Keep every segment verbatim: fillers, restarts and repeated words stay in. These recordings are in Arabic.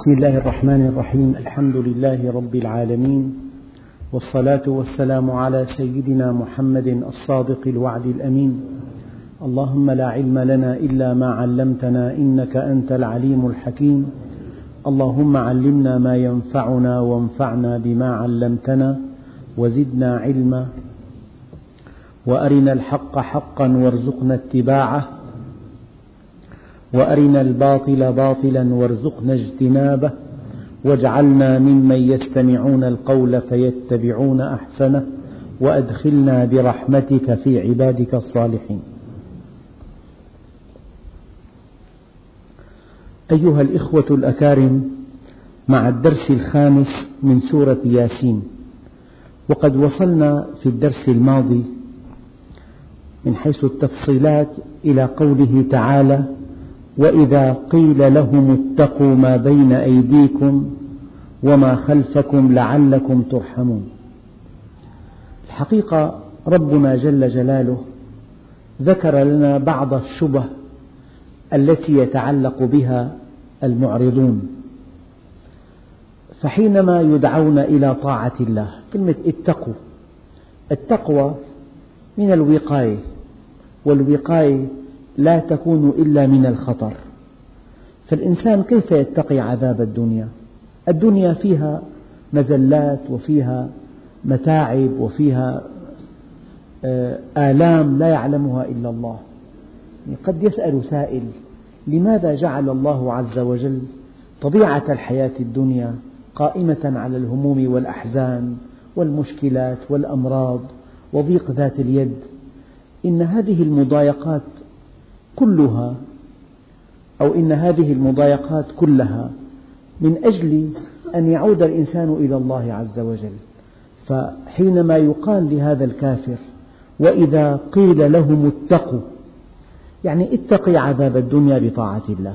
بسم الله الرحمن الرحيم. الحمد لله رب العالمين، والصلاة والسلام على سيدنا محمد الصادق الوعد الأمين. اللهم لا علم لنا إلا ما علمتنا إنك أنت العليم الحكيم. اللهم علمنا ما ينفعنا وانفعنا بما علمتنا وزدنا علما، وأرنا الحق حقا وارزقنا اتباعه، وأرنا الباطل باطلا وارزقنا اجتنابه، واجعلنا ممن يستمعون القول فيتبعون أحسنه، وأدخلنا برحمتك في عبادك الصالحين. أيها الإخوة الأكارم، مع الدرس الخامس من سورة ياسين، وقد وصلنا في الدرس الماضي من حيث التفصيلات إلى قوله تعالى: وإذا قيل لهم اتقوا ما بين أيديكم وما خلفكم لعلكم ترحمون. الحقيقة ربنا جل جلاله ذكر لنا بعض الشبه التي يتعلق بها المعرضون، فحينما يدعون إلى طاعة الله، كلمة اتقوا، التقوى من الوقاية، والوقاية لا تكون إلا من الخطر. فالإنسان كيف يتقي عذاب الدنيا؟ الدنيا فيها مزلات وفيها متاعب وفيها آلام لا يعلمها إلا الله. قد يسأل سائل: لماذا جعل الله عز وجل طبيعة الحياة الدنيا قائمة على الهموم والأحزان والمشكلات والأمراض وضيق ذات اليد؟ إن هذه المضايقات كلها أو إن هذه المضايقات كلها من أجل أن يعود الإنسان إلى الله عز وجل. فحينما يقال لهذا الكافر: وإذا قيل لهم اتقوا، يعني اتقي عذاب الدنيا بطاعة الله،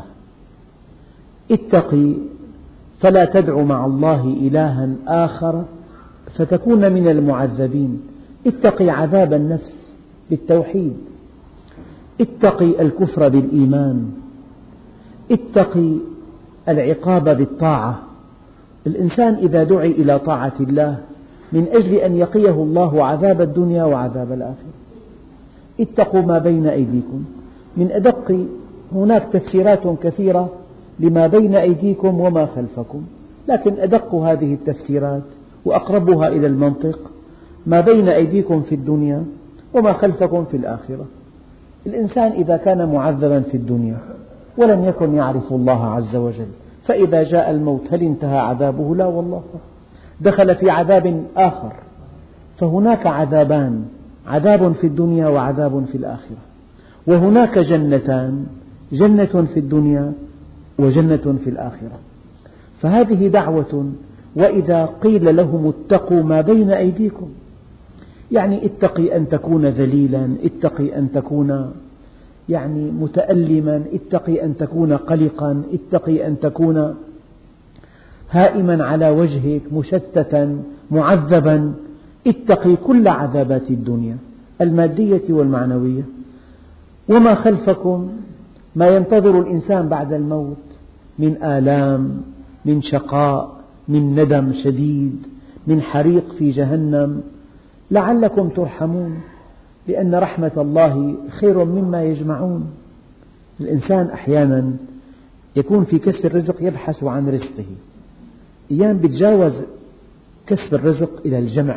اتقي فلا تدع مع الله إلها آخر فتكون من المعذبين، اتقي عذاب النفس بالتوحيد، اتقي الكفر بالإيمان، اتقي العقاب بالطاعة. الإنسان إذا دعي إلى طاعة الله من أجل أن يقيه الله عذاب الدنيا وعذاب الآخرة. اتقوا ما بين أيديكم، من أدق، هناك تفسيرات كثيرة لما بين أيديكم وما خلفكم، لكن أدق هذه التفسيرات وأقربها إلى المنطق: ما بين أيديكم في الدنيا وما خلفكم في الآخرة. الإنسان إذا كان معذبا في الدنيا ولم يكن يعرف الله عز وجل، فإذا جاء الموت هل انتهى عذابه؟ لا والله، دخل في عذاب آخر. فهناك عذابان: عذاب في الدنيا وعذاب في الآخرة. وهناك جنتان: جنة في الدنيا وجنة في الآخرة. فهذه دعوة. وإذا قيل لهم اتقوا ما بين أيديكم، يعني اتقي أن تكون ذليلا، اتقي أن تكون يعني متألما، اتقي أن تكون قلقا، اتقي أن تكون هائما على وجهك مشتتا معذبا، اتقي كل عذابات الدنيا المادية والمعنوية. وما خلفكم، ما ينتظر الإنسان بعد الموت من آلام، من شقاء، من ندم شديد، من حريق في جهنم، لعلكم ترحمون، لأن رحمة الله خير مما يجمعون. الإنسان أحيانا يكون في كسب الرزق يبحث عن رزقه، أيام بتجاوز كسب الرزق إلى الجمع،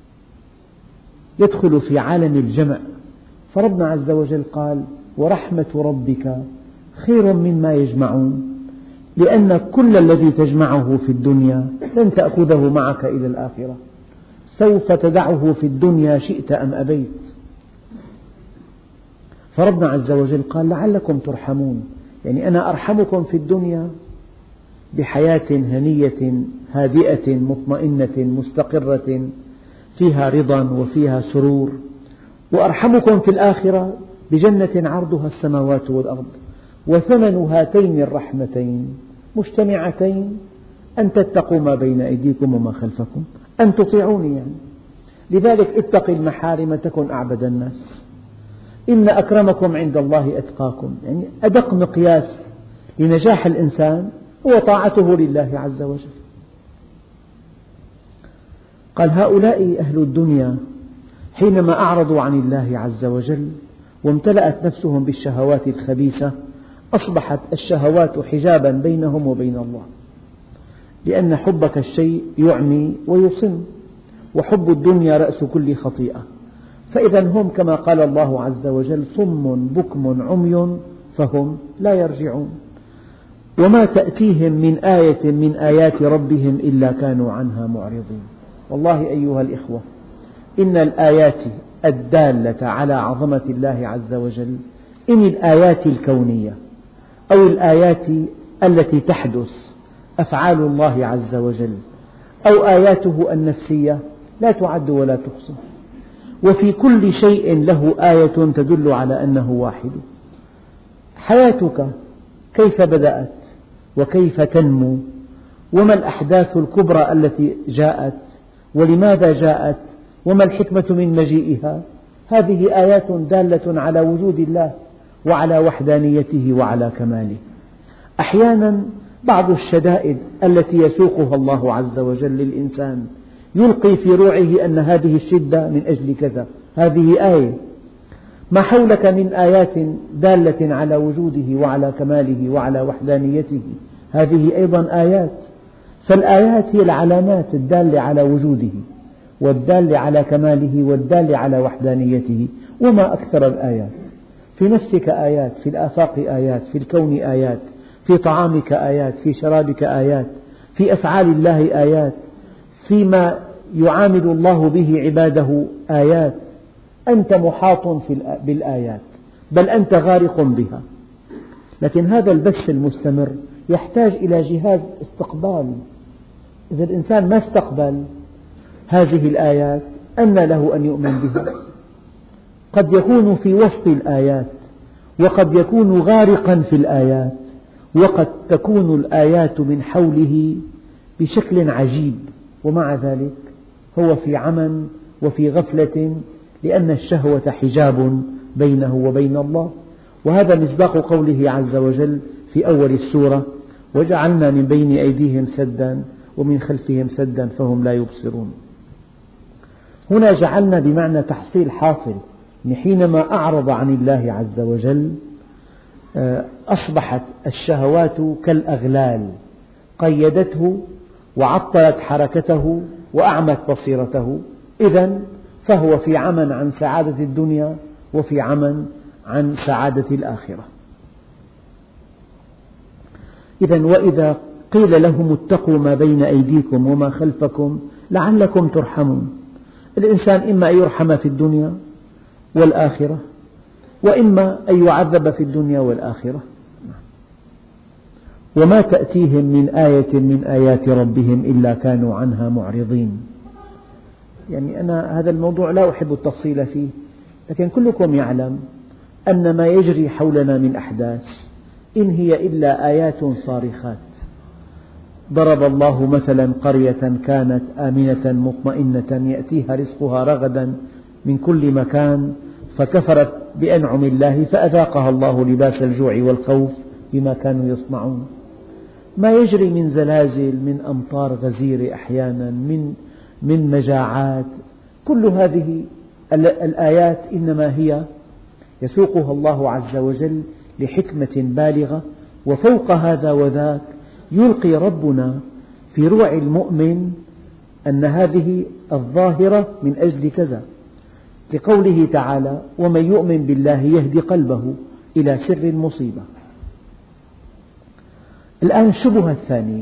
يدخل في عالم الجمع. فربنا عز وجل قال: ورحمة ربك خير مما يجمعون، لأن كل الذي تجمعه في الدنيا لن تأخذه معك إلى الآخرة، سوف تدعه في الدنيا شئت أم أبيت. فربنا عز وجل قال: لعلكم ترحمون، يعني أنا أرحمكم في الدنيا بحياة هنية هادئة مطمئنة مستقرة فيها رضا وفيها سرور، وأرحمكم في الآخرة بجنة عرضها السماوات والأرض، وثمن هاتين الرحمتين مجتمعتين أن تتقوا ما بين أيديكم وما خلفكم، أن تطيعوني يعني. لذلك اتق المحارم تكن أعبد الناس، إن أكرمكم عند الله أتقاكم. يعني أدق مقياس لنجاح الإنسان هو طاعته لله عز وجل. قال هؤلاء أهل الدنيا حينما أعرضوا عن الله عز وجل وامتلأت نفسهم بالشهوات الخبيثة أصبحت الشهوات حجابا بينهم وبين الله، لأن حبك الشيء يعمي ويصم، وحب الدنيا رأس كل خطيئة. فإذا هم كما قال الله عز وجل صم بكم عمي فهم لا يرجعون، وما تأتيهم من آية من آيات ربهم إلا كانوا عنها معرضين. والله أيها الإخوة، إن الآيات الدالة على عظمة الله عز وجل، إن الآيات الكونية أو الآيات التي تحدث أفعال الله عز وجل أو آياته النفسية لا تعد ولا تحصى، وفي كل شيء له آية تدل على أنه واحد. حياتك كيف بدأت وكيف تنمو، وما الأحداث الكبرى التي جاءت ولماذا جاءت وما الحكمة من مجيئها، هذه آيات دالة على وجود الله وعلى وحدانيته وعلى كماله. أحيانا بعض الشدائد التي يسوقها الله عز وجل للإنسان يلقي في روعه أن هذه الشدة من أجل كذا، هذه آية. ما حولك من آيات دالة على وجوده وعلى كماله وعلى وحدانيته، هذه أيضا آيات. فالآيات هي العلامات الدالة على وجوده والدالة على كماله والدالة على وحدانيته. وما أكثر الآيات، في نفسك آيات، في الآفاق آيات، في الكون آيات، في طعامك آيات، في شرابك آيات، في أفعال الله آيات، فيما يعامل الله به عباده آيات. أنت محاط بالآيات، بل أنت غارق بها. لكن هذا البث المستمر يحتاج إلى جهاز استقبال. إذا الإنسان ما استقبل هذه الآيات أن له أن يؤمن بها؟ قد يكون في وسط الآيات، وقد يكون غارقا في الآيات، وقد تكون الآيات من حوله بشكل عجيب، ومع ذلك هو في عمى وفي غفلة، لأن الشهوة حجاب بينه وبين الله. وهذا مصداق قوله عز وجل في أول السورة: وجعلنا من بين أيديهم سدا ومن خلفهم سدا فهم لا يبصرون. هنا جعلنا بمعنى تحصيل حاصل، حينما أعرض عن الله عز وجل أصبحت الشهوات كالأغلال، قيدته وعطلت حركته وأعمت بصيرته. إذن فهو في عمى عن سعادة الدنيا وفي عمى عن سعادة الآخرة. إذن وإذا قيل لهم اتقوا ما بين أيديكم وما خلفكم لعلكم ترحمون، الإنسان إما أن يرحم في الدنيا والآخرة، وإما أن يعذب في الدنيا والآخرة. وما تأتيهم من آية من آيات ربهم إلا كانوا عنها معرضين. يعني أنا هذا الموضوع لا أحب التفصيل فيه، لكن كلكم يعلم أن ما يجري حولنا من أحداث إن هي إلا آيات صارخات. ضرب الله مثلا قرية كانت آمنة مطمئنة يأتيها رزقها رغدا من كل مكان فكفرت بأنعم الله فأذاقها الله لباس الجوع والخوف بما كانوا يصنعون. ما يجري من زلازل، من أمطار غزيرة أحيانا، من من مجاعات، كل هذه الآيات إنما هي يسوقها الله عز وجل لحكمة بالغة. وفوق هذا وذاك يلقي ربنا في روع المؤمن أن هذه الظاهرة من أجل كذا، لقوله تعالى: ومن يؤمن بالله يهدي قلبه إلى سر المصيبة. الآن الشبهة الثانية: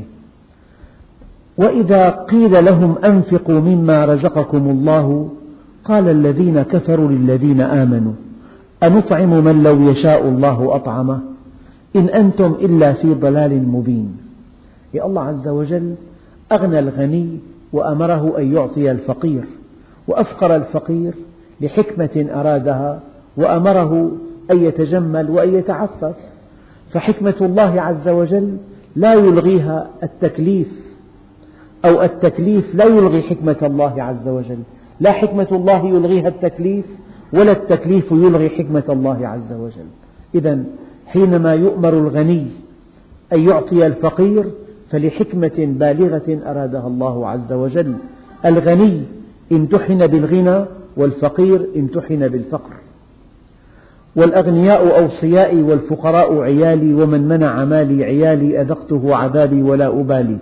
وإذا قيل لهم أنفقوا مما رزقكم الله قال الذين كفروا للذين آمنوا أنطعم من لو يشاء الله أطعمه إن أنتم إلا في ضلال مبين. يا الله عز وجل أغنى الغني وأمره أن يعطي الفقير، وأفقر الفقير لحكمة أرادها وأمره أن يتجمل وأن يتعفف. فحكمة الله عز وجل لا يلغيها التكليف، أو التكليف لا يلغي حكمة الله عز وجل. لا حكمة الله يلغيها التكليف، ولا التكليف يلغي حكمة الله عز وجل. إذن حينما يؤمر الغني أن يعطي الفقير فلحكمة بالغة أرادها الله عز وجل. الغني امتحن بالغنى، والفقير امتحن بالفقر. والأغنياء أوصيائي والفقراء عيالي، ومن منع مالي عيالي أذقته عذابي ولا أبالي.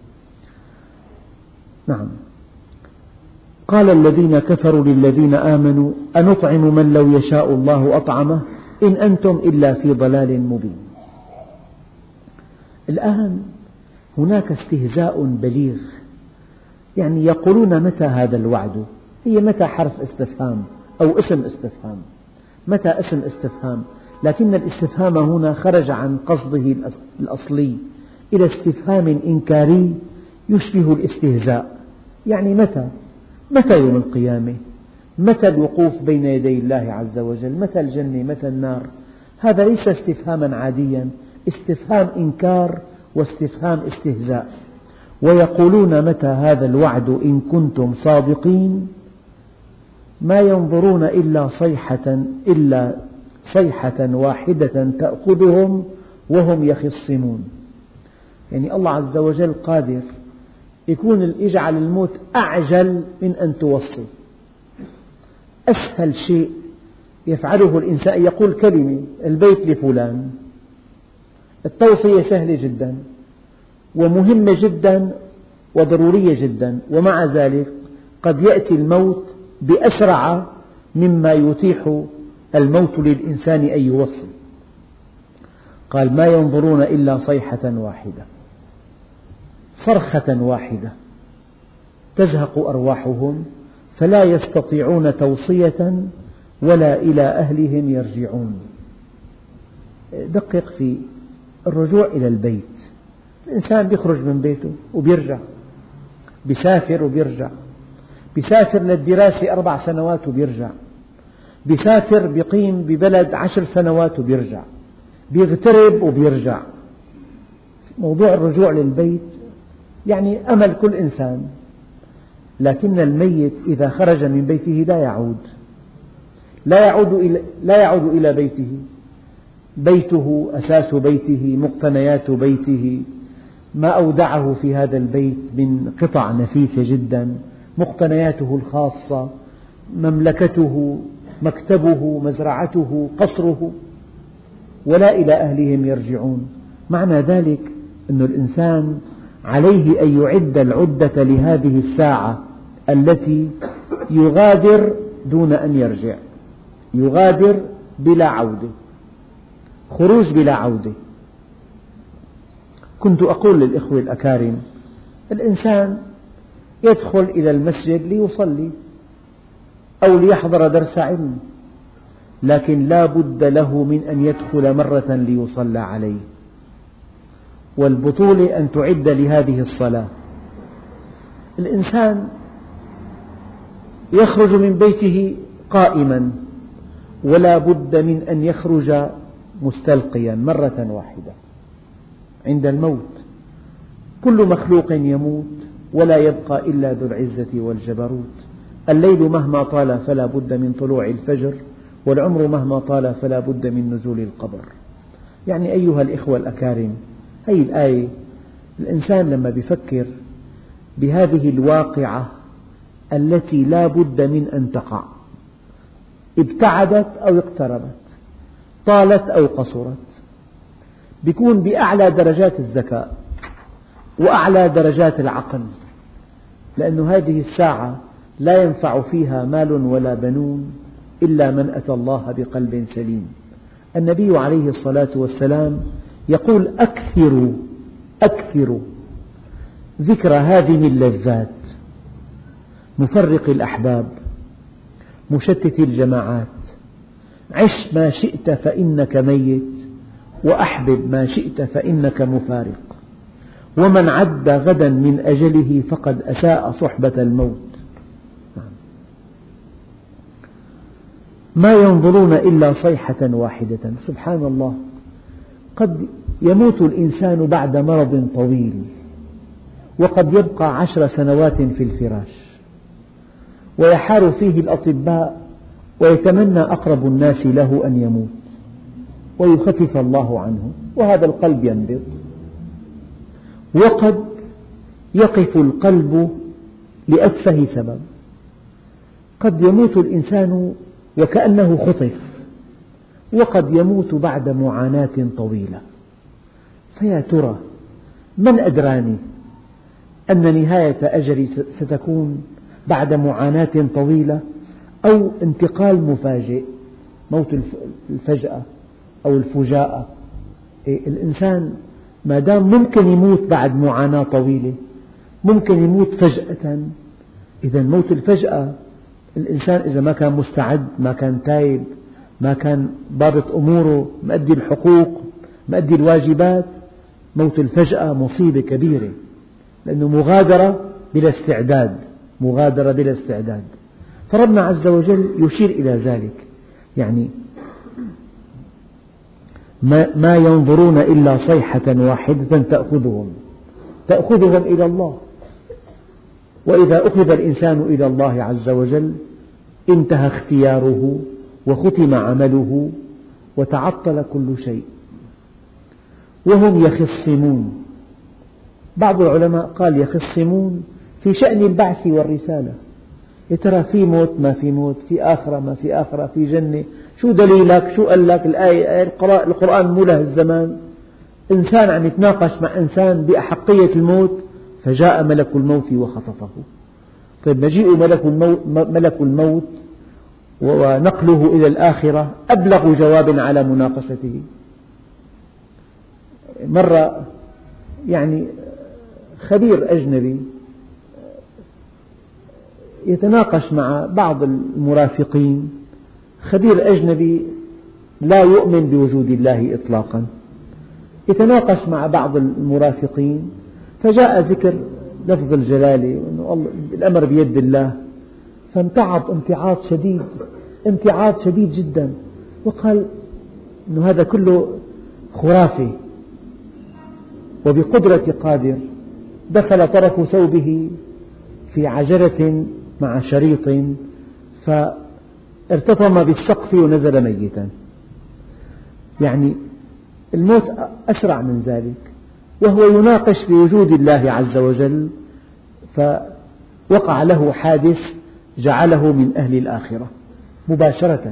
نعم. قال الذين كفروا للذين آمنوا أنطعم من لو يشاء الله أطعمه إن أنتم إلا في ضلال مبين. الآن هناك استهزاء بليغ، يعني يقولون متى هذا الوعد؟ هي متى حرف استفهام أو اسم استفهام، متى اسم استفهام، لكن الاستفهام هنا خرج عن قصده الأصلي إلى استفهام إنكاري يشبه الاستهزاء. يعني متى؟ متى يوم القيامة؟ متى الوقوف بين يدي الله عز وجل؟ متى الجنة؟ متى النار؟ هذا ليس استفهاما عاديا، استفهام إنكار واستفهام استهزاء. ويقولون متى هذا الوعد إن كنتم صادقين ما ينظرون إلا صيحة إلا صيحة واحدة تأخذهم وهم يخصمون. يعني الله عز وجل قادر يكون يجعل الموت أعجل من أن توصي. أسهل شيء يفعله الإنسان يقول كلمة البيت لفلان، التوصية سهلة جدا ومهمة جدا وضرورية جدا، ومع ذلك قد يأتي الموت بأسرع مما يتيح الموت للإنسان أن يوصي. قال ما ينظرون إلا صيحة واحدة، صرخة واحدة تزهق أرواحهم فلا يستطيعون توصية ولا إلى أهلهم يرجعون. دقق في الرجوع إلى البيت. الإنسان يخرج من بيته وبيرجع، بيسافر وبيرجع، بيسافر للدراسة أربع سنوات وبيرجع، بيسافر بيقيم ببلد عشر سنوات وبيرجع، بيغترب وبيرجع. موضوع الرجوع للبيت يعني أمل كل إنسان، لكن الميت إذا خرج من بيته لا يعود، لا يعود إلى, لا يعود إلى بيته. بيته أساس بيته، مقتنيات بيته، ما أودعه في هذا البيت من قطع نفيسة جدا، مقتنياته الخاصة، مملكته، مكتبه، مزرعته، قصره، ولا إلى أهلهم يرجعون. معنى ذلك أن الإنسان عليه أن يعد العدة لهذه الساعة التي يغادر دون أن يرجع، يغادر بلا عودة، خروج بلا عودة. كنت أقول للإخوة الأكارم الإنسان يدخل إلى المسجد ليصلي أو ليحضر درس علم، لكن لا بد له من أن يدخل مرة ليصلى عليه، والبطولة أن تعد لهذه الصلاة. الإنسان يخرج من بيته قائما، ولا بد من أن يخرج مستلقيا مرة واحدة عند الموت. كل مخلوق يموت ولا يبقى إلا ذو العزة والجبروت. الليل مهما طال فلا بد من طلوع الفجر، والعمر مهما طال فلا بد من نزول القبر. يعني أيها الإخوة الأكارم، هذه الآية الإنسان لما يفكر بهذه الواقعة التي لا بد من أن تقع، ابتعدت أو اقتربت، طالت أو قصرت، بيكون بأعلى درجات الذكاء وأعلى درجات العقل، لأن هذه الساعة لا ينفع فيها مال ولا بنون إلا من أتى الله بقلب سليم. النبي عليه الصلاة والسلام يقول أكثروا أكثروا ذكر هذه اللذات، مفرق الأحباب، مشتت الجماعات، عش ما شئت فإنك ميت، وأحبب ما شئت فإنك مفارق، ومن عد غدا من أجله فقد أساء صحبة الموت. ما ينظرون إلا صيحة واحدة. سبحان الله، قد يموت الإنسان بعد مرض طويل، وقد يبقى عشر سنوات في الفراش، ويحار فيه الأطباء ويتمنى أقرب الناس له أن يموت ويخفف الله عنه، وهذا القلب ينبض وقد يقف القلب لأتفه سبب. قد يموت الإنسان وكأنه خطف، وقد يموت بعد معاناة طويلة. فيا ترى من أدراني أن نهاية أجلي ستكون بعد معاناة طويلة أو انتقال مفاجئ، موت الفجأة أو الفجاءة. الإنسان ما دام ممكن يموت بعد معاناة طويلة، ممكن يموت فجأة. إذا موت الفجأة، الإنسان إذا ما كان مستعد، ما كان تايب، ما كان ضابط أموره، مؤدي الحقوق، مؤدي الواجبات، موت الفجأة مصيبة كبيرة، لأنه مغادرة بلا استعداد، مغادرة بلا استعداد. فربنا عز وجل يشير إلى ذلك، يعني ما ينظرون إلا صيحة واحدة تأخذهم تأخذهم إلى الله. وإذا أخذ الإنسان إلى الله عز وجل انتهى اختياره وختم عمله وتعطل كل شيء. وهم يخصمون. بعض العلماء قال يخصمون في شأن البعث والرسالة. يا ترى في موت ما في موت، في آخرة ما في آخرة، في جنة، شو دليلك، شو قال لك الآية؟ القرآن مو له الزمان. إنسان عم يتناقش مع إنسان بأحقية الموت فجاء ملك الموت وخطفه. طيب مجيء ملك الموت, ملك الموت ونقله إلى الآخرة أبلغ جواب على مناقشته. مرة يعني خبير أجنبي يتناقش مع بعض المرافقين، خبير أجنبي لا يؤمن بوجود الله إطلاقا، يتناقش مع بعض المرافقين، فجاء ذكر لفظ الجلالة وأنه الأمر بيد الله، فامتعض امتعاض شديد، امتعاض شديد جدا، وقال أنه هذا كله خرافي وبقدرة قادر. دخل طرف ثوبه في عجلة مع شريط فارتطم بالسقف ونزل ميتا. يعني الموت أسرع من ذلك، وهو يناقش بوجود الله عز وجل، فوقع له حادث جعله من أهل الآخرة مباشرة.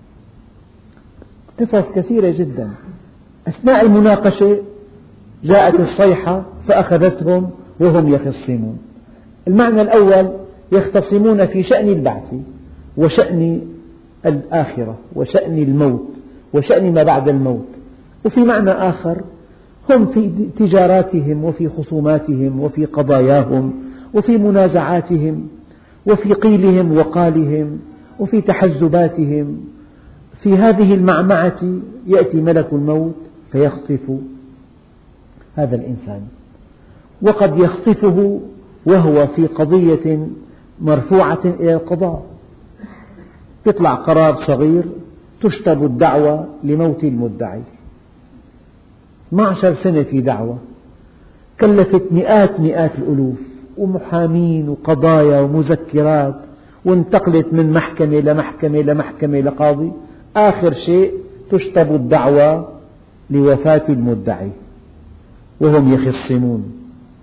قصص كثيرة جدا. أثناء المناقشة جاءت الصيحة فأخذتهم وهم يخصمون. المعنى الأول يختصمون في شأن البعث وشأن الآخرة وشأن الموت وشأن ما بعد الموت. وفي معنى آخر هم في تجاراتهم وفي خصوماتهم وفي قضاياهم وفي منازعاتهم وفي قيلهم وقالهم وفي تحزباتهم. في هذه المعمعة يأتي ملك الموت فيخطف هذا الإنسان، وقد يخطفه وهو في قضية مرفوعة إلى القضاء. يطلع قرار صغير تشطب الدعوة لموت المدعي. اثني عشر سنة في دعوة كلفت مئات مئات الألوف، ومحامين وقضايا ومذكرات، وانتقلت من محكمة لمحكمة لمحكمة لقاضي. آخر شيء تشطب الدعوة لوفاة المدعي وهم يخصمون.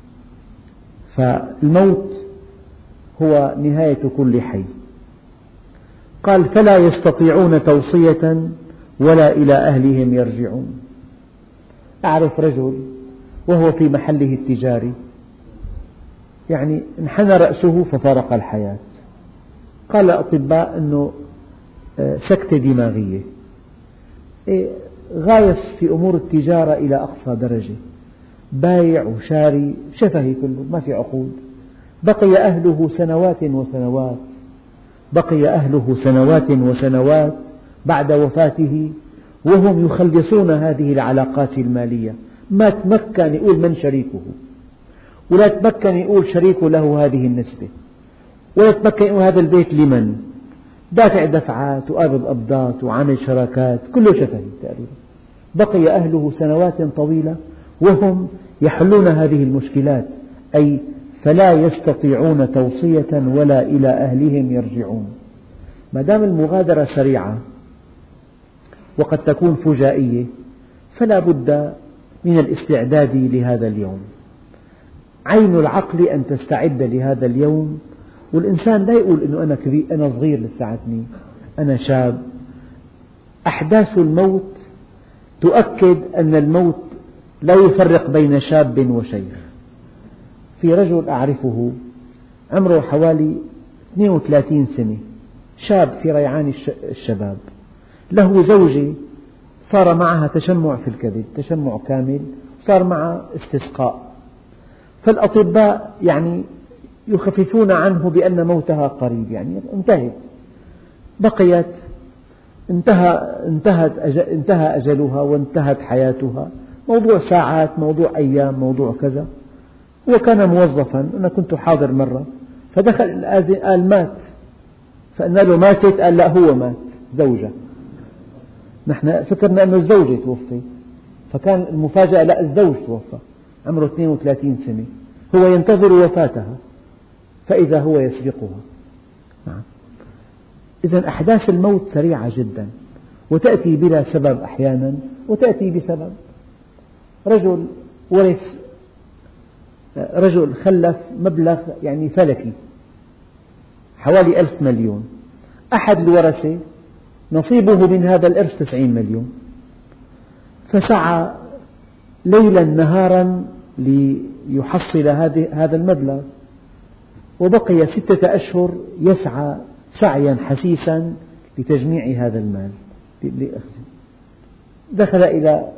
فالموت هو نهاية كل حي. قال فلا يستطيعون توصية ولا إلى أهلهم يرجعون. أعرف رجل وهو في محله التجاري يعني انحنى رأسه ففارق الحياة. قال الأطباء أنه سكتة دماغية. غايص في أمور التجارة إلى أقصى درجة، بايع وشاري شفهي كله، ما في عقود. بقي أهله سنوات وسنوات، بقي أهله سنوات وسنوات بعد وفاته وهم يخلصون هذه العلاقات المالية. ما تمكن يقول من شريكه، ولا تمكن يقول شريكه له هذه النسبة، ولا تمكن يقول هذا البيت لمن، دافع دفعات وقابض قبضات وعامل شراكات، كله شفهي تقريبا. بقي أهله سنوات طويلة وهم يحلون هذه المشكلات، أي فلا يستطيعون توصية ولا إلى أهلهم يرجعون. ما دام المغادرة سريعة وقد تكون فجائية فلا بد من الاستعداد لهذا اليوم. عين العقل أن تستعد لهذا اليوم، والإنسان لا يقول إنه أنا كبير، أنا صغير لسه اثنين، أنا شاب. أحداث الموت تؤكد أن الموت لا يفرق بين شاب وشيخ. في رجل أعرفه عمره حوالي اثنين وثلاثين سنة، شاب في ريعان الشباب، له زوجة صار معها تشمع في الكبد، تشمع كامل، صار معها استسقاء، فالأطباء يعني يخففون عنه بأن موتها قريب، يعني انتهت، بقيت انتهى انتهت انتهى أجلها وانتهت حياتها، موضوع ساعات، موضوع أيام، موضوع كذا. هو كان موظفا، أنا كنت حاضر مرة، فدخل الآذن قال مات، فقلنا له ماتت؟ قال لا هو مات، زوجة. نحن فكرنا أنه الزوجة توفي، فكان المفاجأة لا الزوج توفى، عمره اثنين وثلاثين سنة، هو ينتظر وفاتها فإذا هو يسبقها. نعم. إذا أحداث الموت سريعة جدا، وتأتي بلا سبب أحيانا، وتأتي بسبب. رجل ورث، رجل خلف مبلغ يعني فلكي حوالي ألف مليون، أحد الورثة نصيبه من هذا الإرث تسعين مليون، فسعى ليلا نهارا ليحصل هذا المبلغ، وبقي ستة أشهر يسعى سعيا حثيثا لتجميع هذا المال لأخذه. دخل إلى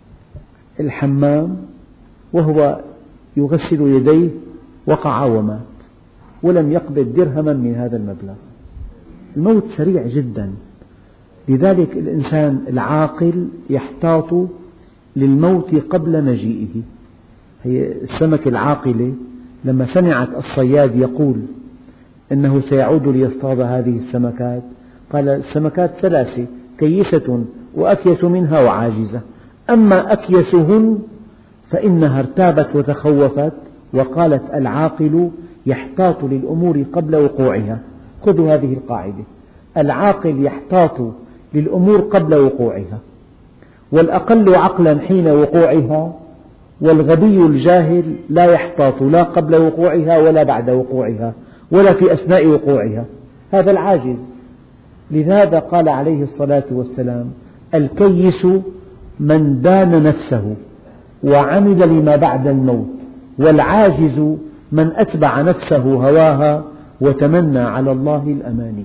الحمام وهو يغسل يديه، وقع ومات، ولم يقبض درهما من هذا المبلغ. الموت سريع جدا، لذلك الإنسان العاقل يحتاط للموت قبل مجيئه. هي السمكة العاقلة لما سمعت الصياد يقول أنه سيعود ليصطاد هذه السمكات، قال السمكات ثلاثة، كيسة وأكيس منها وعاجزة، أما أكيسهن فإنها ارتابت وتخوفت، وقالت العاقل يحتاط للأمور قبل وقوعها. خذوا هذه القاعدة، العاقل يحتاط للأمور قبل وقوعها، والأقل عقلا حين وقوعها، والغبي الجاهل لا يحتاط لا قبل وقوعها ولا بعد وقوعها ولا في أثناء وقوعها، هذا العاجز. لهذا قال عليه الصلاة والسلام الكيس من دان نفسه وعمل لما بعد الموت، والعاجز من أتبع نفسه هواها وتمنى على الله الأماني.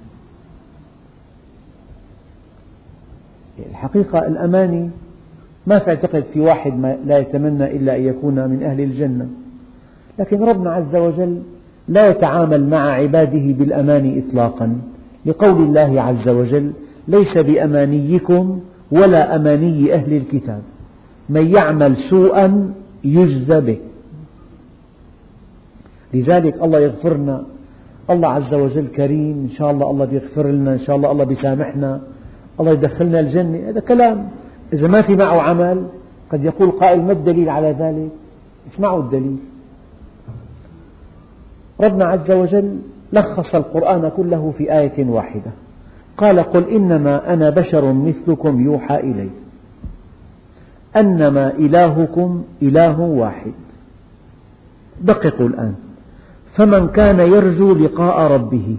الحقيقة الأماني ما في اعتقد في واحد لا يتمنى إلا أن يكون من أهل الجنة، لكن ربنا عز وجل لا يتعامل مع عباده بالأماني إطلاقا، لقول الله عز وجل ليس بأمانيكم ولا أماني أهل الكتاب، من يعمل سوءا يجزى به. لذلك الله يغفرنا، الله عز وجل كريم، إن شاء الله الله بيغفر لنا، إن شاء الله الله بيسامحنا، الله يدخلنا الجنة، هذا كلام. إذا ما في معه عمل قد يقول قائل ما الدليل على ذلك؟ اسمعوا الدليل. ربنا عز وجل لخص القرآن كله في آية واحدة، قال قل إنما أنا بشر مثلكم يوحى إلي أنما إلهكم إله واحد. دققوا الآن، فمن كان يرجو لقاء ربه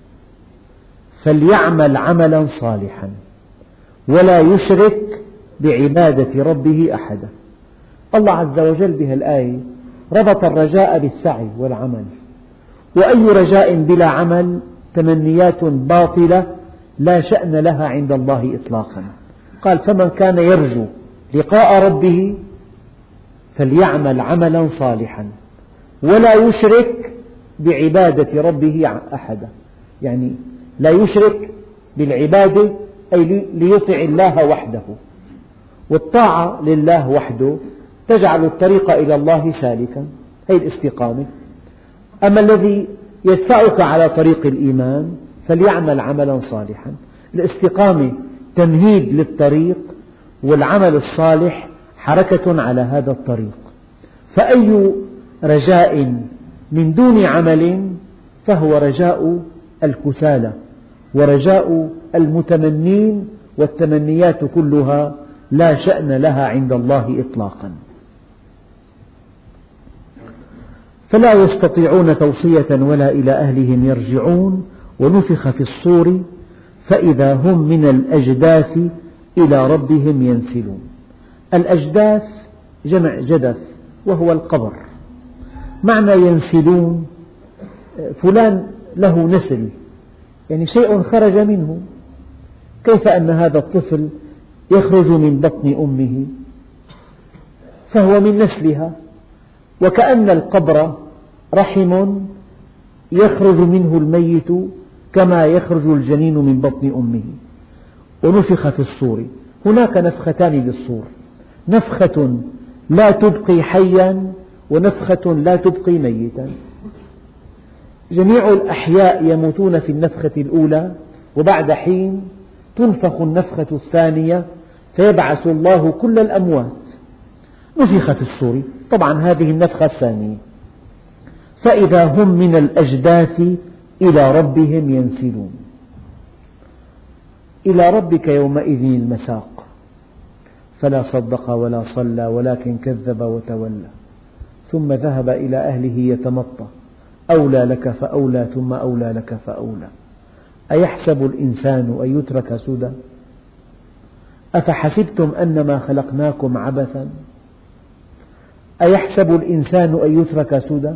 فليعمل عملا صالحا ولا يشرك بعبادة ربه أحدا. الله عز وجل بهالآية ربط الرجاء بالسعي والعمل، وأي رجاء بلا عمل تمنيات باطلة لا شأن لها عند الله إطلاقا. قال فمن كان يرجو لقاء ربه فليعمل عملا صالحا ولا يشرك بعبادة ربه أحدا، يعني لا يشرك بالعبادة أي ليطع الله وحده، والطاعة لله وحده تجعل الطريق إلى الله سالكا، هي الاستقامة. أما الذي يدفعك على طريق الإيمان فليعمل عملا صالحا. الاستقامة تمهيد للطريق، والعمل الصالح حركة على هذا الطريق. فأي رجاء من دون عمل فهو رجاء الكسالى ورجاء المتمنين، والتمنيات كلها لا شأن لها عند الله إطلاقا. فلا يستطيعون توصية ولا إلى أهلهم يرجعون ونفخ في الصور فإذا هم من الأجداث إلى ربهم ينسلون. الأجداث جمع جدث وهو القبر. معنى ينسلون فلان له نسل، يعني شيء خرج منه. كيف أن هذا الطفل يخرج من بطن أمه فهو من نسلها، وكأن القبر رحم يخرج منه الميت كما يخرج الجنين من بطن أمه. ونفخ في الصور، هناك نفختان للصور، نفخة لا تبقي حيا ونفخة لا تبقي ميتا. جميع الأحياء يموتون في النفخة الأولى، وبعد حين تنفخ النفخة الثانية فيبعث الله كل الأموات. نفخ في الصور، طبعا هذه النفخة الثانية، فإذا هم من الأجداث إلى ربهم ينسلون. إلى ربك يومئذ المساق، فلا صدق ولا صلى ولكن كذب وتولى ثم ذهب إلى أهله يتمطى أولى لك فأولى ثم أولى لك فأولى. أيحسب الإنسان أن يترك سدى أفحسبتم أنما خلقناكم عبثا أيحسب الإنسان أن يترك سدى.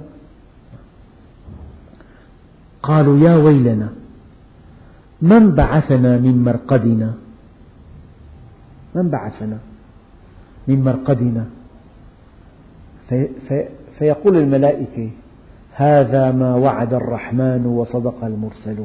قالوا يا ويلنا من بعثنا من مرقدنا، من بعثنا من مرقدنا، في في فيقول الملائكة هذا ما وعد الرحمن وصدق المرسلون.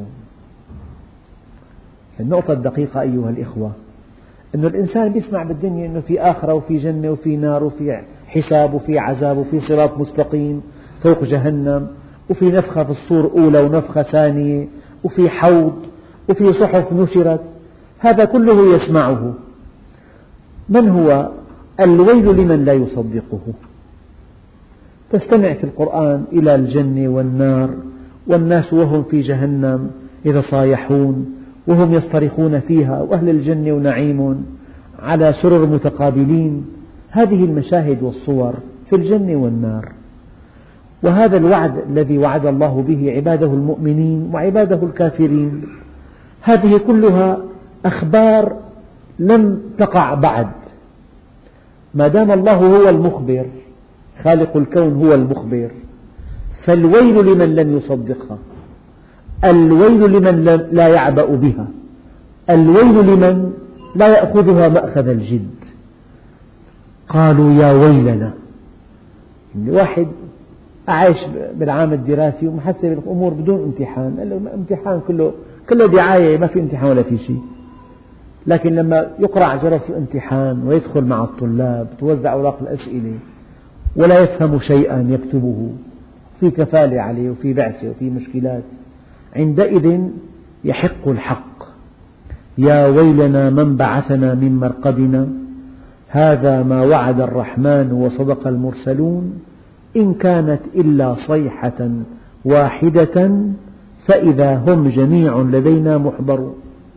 النقطة الدقيقة أيها الإخوة أن الإنسان يسمع بالدنيا أنه في آخرة وفي جنة وفي نار وفي حساب وفي عذاب وفي صراط مستقيم فوق جهنم وفي نفخة في الصور أولى ونفخة ثانية وفي حوض وفي صحف نشرت، هذا كله يسمعه. من هو الويل لمن لا يصدقه. تستمع في القرآن إلى الجنة والنار والناس وهم في جهنم يتصايحون وهم يصطرخون فيها، وأهل الجنة ونعيم على سرر متقابلين. هذه المشاهد والصور في الجنة والنار، وهذا الوعد الذي وعد الله به عباده المؤمنين وعباده الكافرين. هذه كلها أخبار لم تقع بعد. ما دام الله هو المخبر، خالق الكون هو المخبر، فالويل لمن لم يصدقها، الويل لمن لا يعبأ بها، الويل لمن لا يأخذها مأخذ الجد. قالوا يا ويلنا، واحد عايش بالعام الدراسي ومحسب الأمور بدون امتحان، قال له امتحان كله كله دعاية، ما في امتحان ولا في شيء. لكن لما يقرع جرس الامتحان ويدخل مع الطلاب توزع أوراق الأسئلة ولا يفهم شيئا يكتبه، في كفالة عليه وفي بعثة وفي مشكلات، عندئذ يحق الحق. يا ويلنا من بعثنا من مرقدنا هذا ما وعد الرحمن وصدق المرسلون إن كانت إلا صيحة واحدة فإذا هم جميع لدينا محضرون.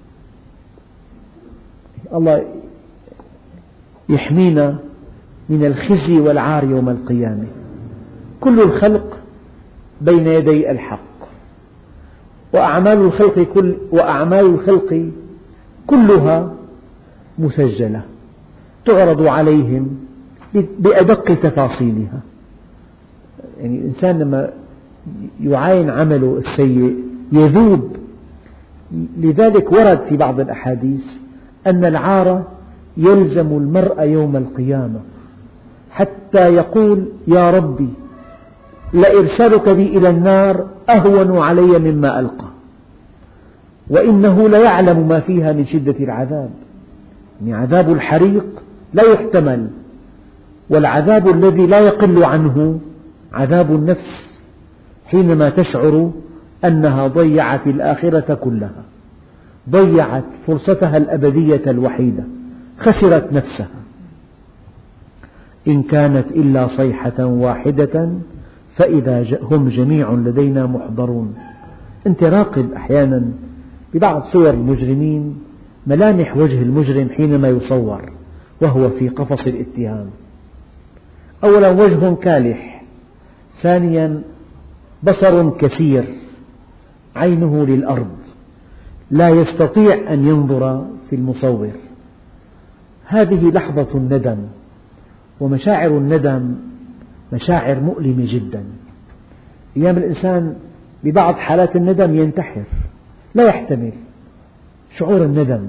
الله يحمينا من الخزي والعار يوم القيامة. كل الخلق بين يدي الحق، وأعمال الخلق, كل وأعمال الخلق كلها مسجلة تعرض عليهم بأدق تفاصيلها. يعني الإنسان لما يعاين عمله السيء يذوب. لذلك ورد في بعض الأحاديث أن العار يلزم المرء يوم القيامة حتى يقول يا ربي لإرسالك بي إلى النار أهون علي مما ألقى، وإنه ليعلم ما فيها من شدة العذاب. يعني عذاب الحريق لا يحتمل، والعذاب الذي لا يقل عنه عذاب النفس حينما تشعر أنها ضيعت الآخرة كلها، ضيعت فرصتها الأبدية الوحيدة، خسرت نفسها. إن كانت إلا صيحة واحدة فإذا هم جميع لدينا محضرون. أنت راقب أحيانا ببعض صور المجرمين ملامح وجه المجرم حينما يصور وهو في قفص الاتهام. أولا وجه كالح، ثانيا بصر كثير، عينه للأرض، لا يستطيع أن ينظر في المصور. هذه لحظة الندم، ومشاعر الندم مشاعر مؤلمة جدا. أيام الإنسان ببعض حالات الندم ينتحر، لا يحتمل شعور الندم.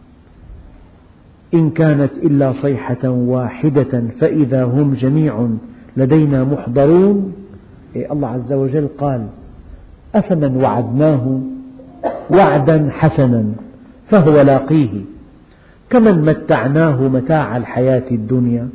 إن كانت إلا صيحة واحدة فإذا هم جميع لدينا محضرون. الله عز وجل قال: أفمن وعدناه وعدا حسنا فهو لاقيه كمن متعناه متاع الحياة الدنيا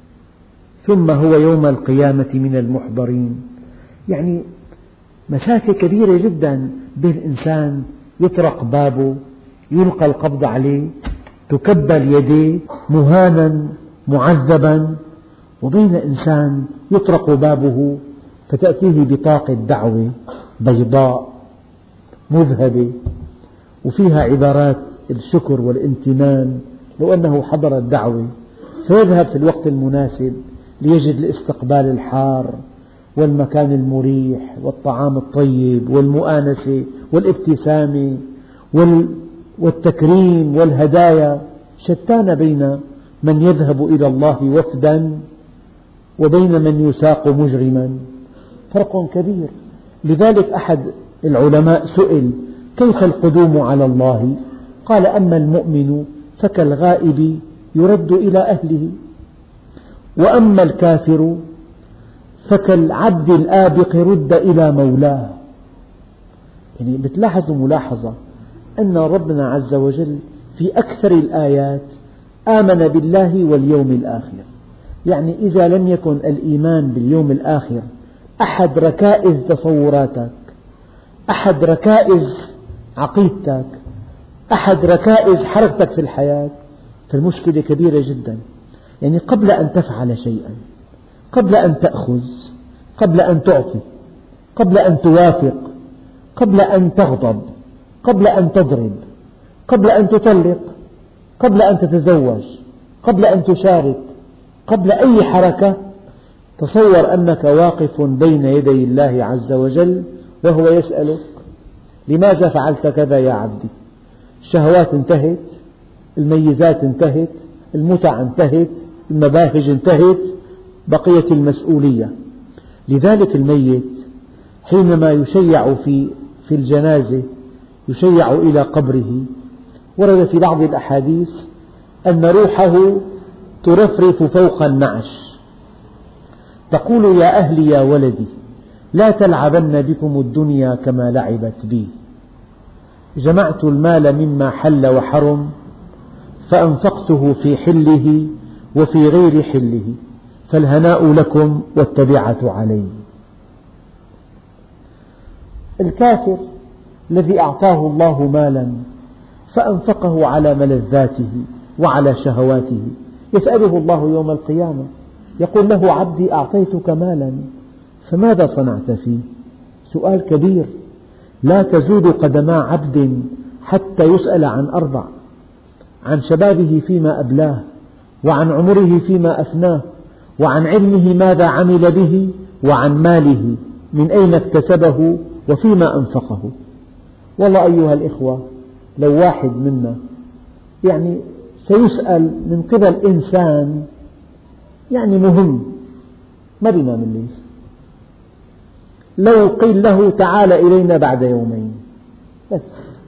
ثم هو يوم القيامة من المحضرين. يعني مسافة كبيرة جدا بين إنسان يطرق بابه، يلقى القبض عليه، تكبل يديه، مهانا معذبا، وبين إنسان يطرق بابه فتأتيه بطاقة دعوة بيضاء مذهبة وفيها عبارات الشكر والامتنان لو أنه حضر الدعوة، فيذهب في الوقت المناسب ليجد الاستقبال الحار والمكان المريح والطعام الطيب والمؤانسة والابتسامة والتكريم والهدايا. شتان بين من يذهب إلى الله وفدا وبين من يساق مجرما، فرق كبير. لذلك أحد العلماء سئل: كيف القدوم على الله؟ قال: أما المؤمن فكالغائب يرد إلى أهله، وأما الكافر فكالعبد الآبق رد إلى مولاه. يعني بتلاحظوا ملاحظة أن ربنا عز وجل في أكثر الآيات آمن بالله واليوم الآخر. يعني إذا لم يكن الإيمان باليوم الآخر أحد ركائز تصوراتك، أحد ركائز عقيدتك، أحد ركائز حركتك في الحياة، فالمشكلة كبيرة جدا. يعني قبل أن تفعل شيئا، قبل أن تأخذ، قبل أن تعطي، قبل أن توافق، قبل أن تغضب، قبل أن تضرب، قبل أن تطلق، قبل أن تتزوج، قبل أن تشارك، قبل أي حركة، تصور أنك واقف بين يدي الله عز وجل وهو يسألك: لماذا فعلت كذا يا عبدي؟ الشهوات انتهت، الميزات انتهت، المتع انتهت، المباهج انتهت، بقيت المسؤولية. لذلك الميت حينما يشيع في في الجنازة يشيع إلى قبره، ورد في بعض الأحاديث أن روحه ترفرف فوق النعش تقول: يا أهلي يا ولدي لا تلعبن بكم الدنيا كما لعبت بي، جمعت المال مما حل وحرم فأنفقته في حله وفي غير حله، فالهناء لكم والتبعة علي. الكافر الذي أعطاه الله مالا فأنفقه على ملذاته وعلى شهواته، يسأله الله يوم القيامة يقول له: عبدي أعطيتك مالا فماذا صنعت فيه؟ سؤال كبير. لا تزول قدما عبد حتى يسأل عن أربع: عن شبابه فيما أبلاه، وعن عمره فيما أفناه، وعن علمه ماذا عمل به، وعن ماله من أين اكتسبه وفيما أنفقه. والله أيها الإخوة، لو واحد منا يعني سيسأل من قبل إنسان يعني مهم ما بينام الليل، لو قيل له: تعال إلينا بعد يومين، بس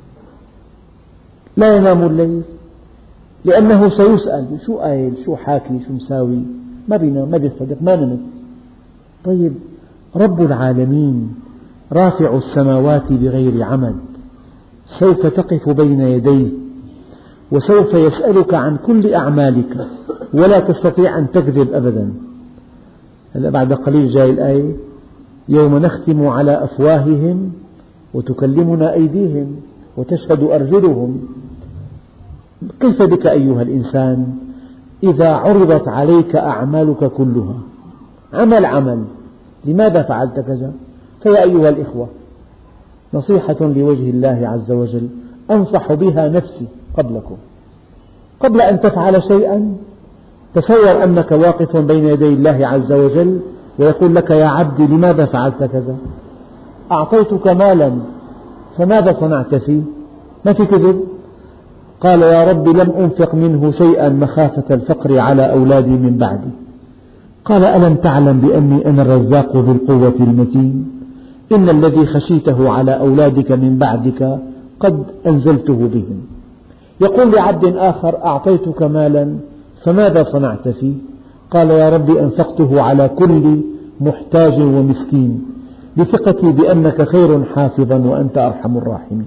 لا ينام الليل، لأنه سيسأل: شو قايل، شو حاكي، شو مساوي، ما بينام، ما بيصدق، ما نمت. طيب رب العالمين رافع السماوات بغير عمد سوف تقف بين يديه وسوف يسألك عن كل أعمالك ولا تستطيع أن تكذب أبدا. هلأ بعد قليل جاء الآية: يوم نختم على أفواههم وتكلمنا أيديهم وتشهد أرجلهم. كيف بك أيها الإنسان إذا عرضت عليك أعمالك كلها عمل عمل، لماذا فعلت كذا؟ فيا أيها الإخوة، نصيحة لوجه الله عز وجل أنصح بها نفسي قبلكم: قبل أن تفعل شيئا تصور أنك واقف بين يدي الله عز وجل ويقول لك يا عبدي لماذا فعلت كذا؟ أعطيتك مالا فماذا صنعت فيه؟ ما في كذب. قال يا رب لم أنفق منه شيئا مخافة الفقر على أولادي من بعدي. قال ألم تعلم بأني أنا الرزاق ذو القوة المتين؟ إن الذي خشيته على أولادك من بعدك قد أنزلته بهم. يقول لعبد آخر أعطيتك مالا فماذا صنعت فيه؟ قال يا رب أنفقته على كل محتاج ومسكين لثقتي بأنك خير حافظا وأنت أرحم الراحمين.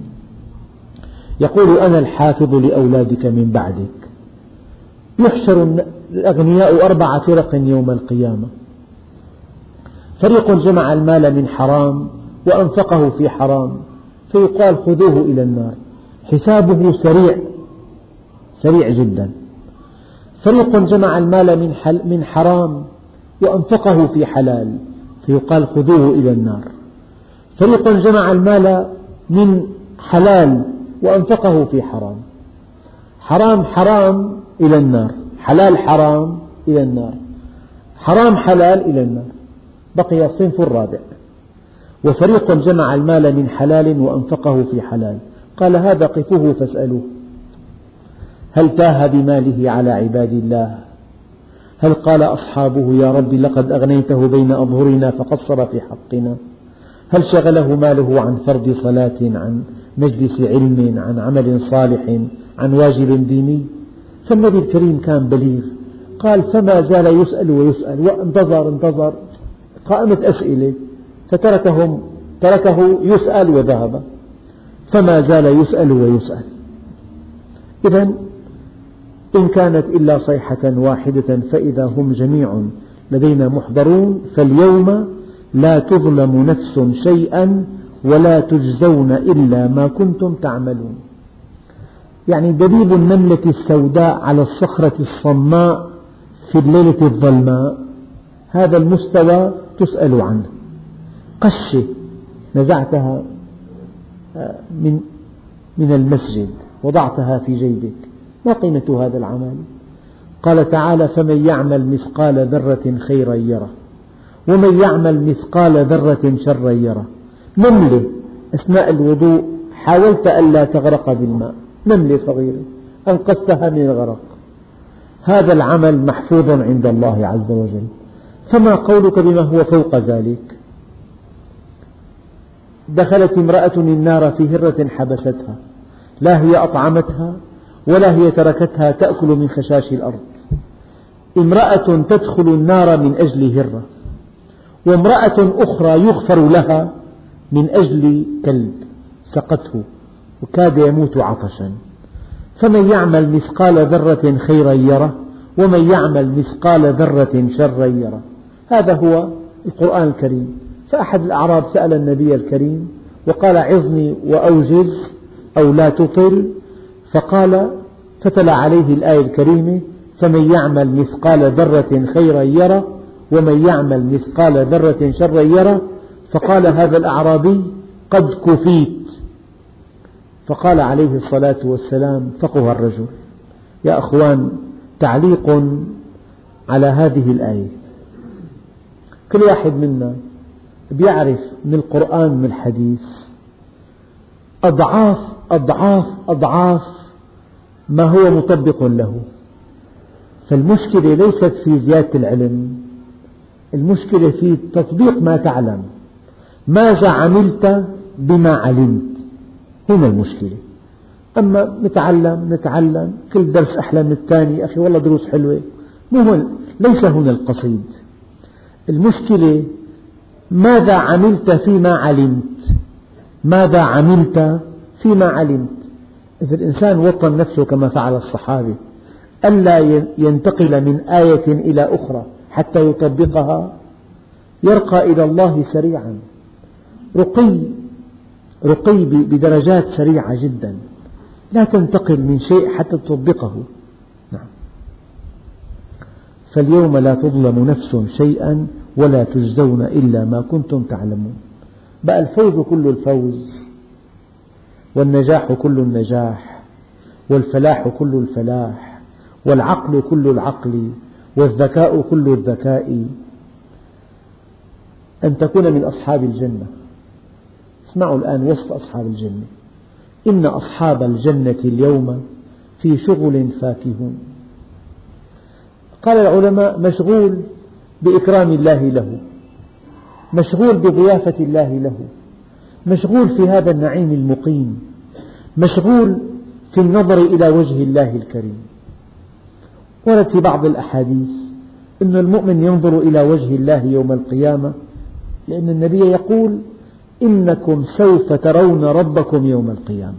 يقول أنا الحافظ لأولادك من بعدك. يحشر الأغنياء أربع فرق يوم القيامة، فريق جمع المال من حرام وأنفقه في حرام فيقال خذوه إلى النار، حسابه سريع سريع جدا. فريق جمع المال من, من حرام وأنفقه في حلال فيقال خذوه إلى النار. فريق جمع المال من حلال وأنفقه في حرام، حرام حرام إلى النار، حلال حرام إلى النار، حرام حلال إلى النار، بقي الصنف الرابع. وفريق جمع المال من حلال وأنفقه في حلال، قال هذا قفوه فاسألوه هل تاه بماله على عباد الله؟ هل قال أصحابه يا رب لقد أغنيته بين أظهرنا فقصر في حقنا؟ هل شغله ماله عن فرض صلاة، عن مجلس علم، عن عمل صالح، عن واجب ديني؟ فالنبي الكريم كان بليغ، قال فما زال يسأل ويسأل، وانتظر انتظر قائمة أسئلة فتركهم تركه يسأل وذهب، فما زال يسأل ويسأل. إذن إن كانت إلا صيحة واحدة فإذا هم جميع لدينا محضرون، فاليوم لا تظلم نفس شيئا ولا تجزون إلا ما كنتم تعملون. يعني دبيب النملة السوداء على الصخرة الصماء في الليلة الظلماء، هذا المستوى تسأل عنه. قشة نزعتها من من المسجد وضعتها في جيبك، ما قيمة هذا العمل؟ قال تعالى فمن يعمل مثقال ذرة خيرا يره ومن يعمل مثقال ذرة شرا يره. نملة أثناء الوضوء حاولت ألا تغرق بالماء، نملة صغيرة أنقذتها من الغرق، هذا العمل محفوظ عند الله عز وجل، فما قولك بما هو فوق ذلك؟ دخلت امرأة النار في هرة حبستها، لا هي أطعمتها ولا هي تركتها تأكل من خشاش الأرض. امرأة تدخل النار من أجل هرة، وامرأة أخرى يغفر لها من أجل كلب سقته وكاد يموت عطشا. فمن يعمل مثقال ذرة خيرا يره ومن يعمل مثقال ذرة شرا يره. هذا هو القرآن الكريم. فأحد الأعراب سأل النبي الكريم وقال عظني وأوجز أو لا تطل، فقال فتلا عليه الآية الكريمة فمن يعمل مثقال ذرة خيرا يره ومن يعمل مثقال ذرة شرا يره. فقال هذا الأعرابي قد كفيت. فقال عليه الصلاة والسلام فقه الرجل. يا أخوان، تعليق على هذه الآية، كل واحد منا بيعرف من القرآن من الحديث أضعاف أضعاف أضعاف ما هو مطبق له. فالمشكلة ليست في زيادة العلم، المشكلة في تطبيق ما تعلم. ماذا عملت بما علمت؟ هنا المشكلة. أما نتعلم نتعلم كل درس أحلى من الثاني، أخي والله دروس حلوة، مو ليس هنا القصيد. المشكلة ماذا عملت فيما علمت، ماذا عملت فيما علمت. إذا الإنسان وطن نفسه كما فعل الصحابة ألا ينتقل من آية إلى أخرى حتى يطبقها، يرقى إلى الله سريعا، رقي رقي بدرجات سريعة جدا، لا تنتقل من شيء حتى تطبقه. نعم. فاليوم لا تظلم نفس شيئا ولا تجزون إلا ما كنتم تعلمون. بقى الفوز كل الفوز، والنجاح كل النجاح، والفلاح كل الفلاح، والعقل كل العقل، والذكاء كل الذكاء، أن تكون من أصحاب الجنة. اسمعوا الآن وصف أصحاب الجنة: إن أصحاب الجنة اليوم في شغل فاكهون. قال العلماء: مشغول بإكرام الله له، مشغول بضيافة الله له، مشغول في هذا النعيم المقيم، مشغول في النظر إلى وجه الله الكريم. ورد في بعض الأحاديث أن المؤمن ينظر إلى وجه الله يوم القيامة، لأن النبي يقول: إنكم سوف ترون ربكم يوم القيامة.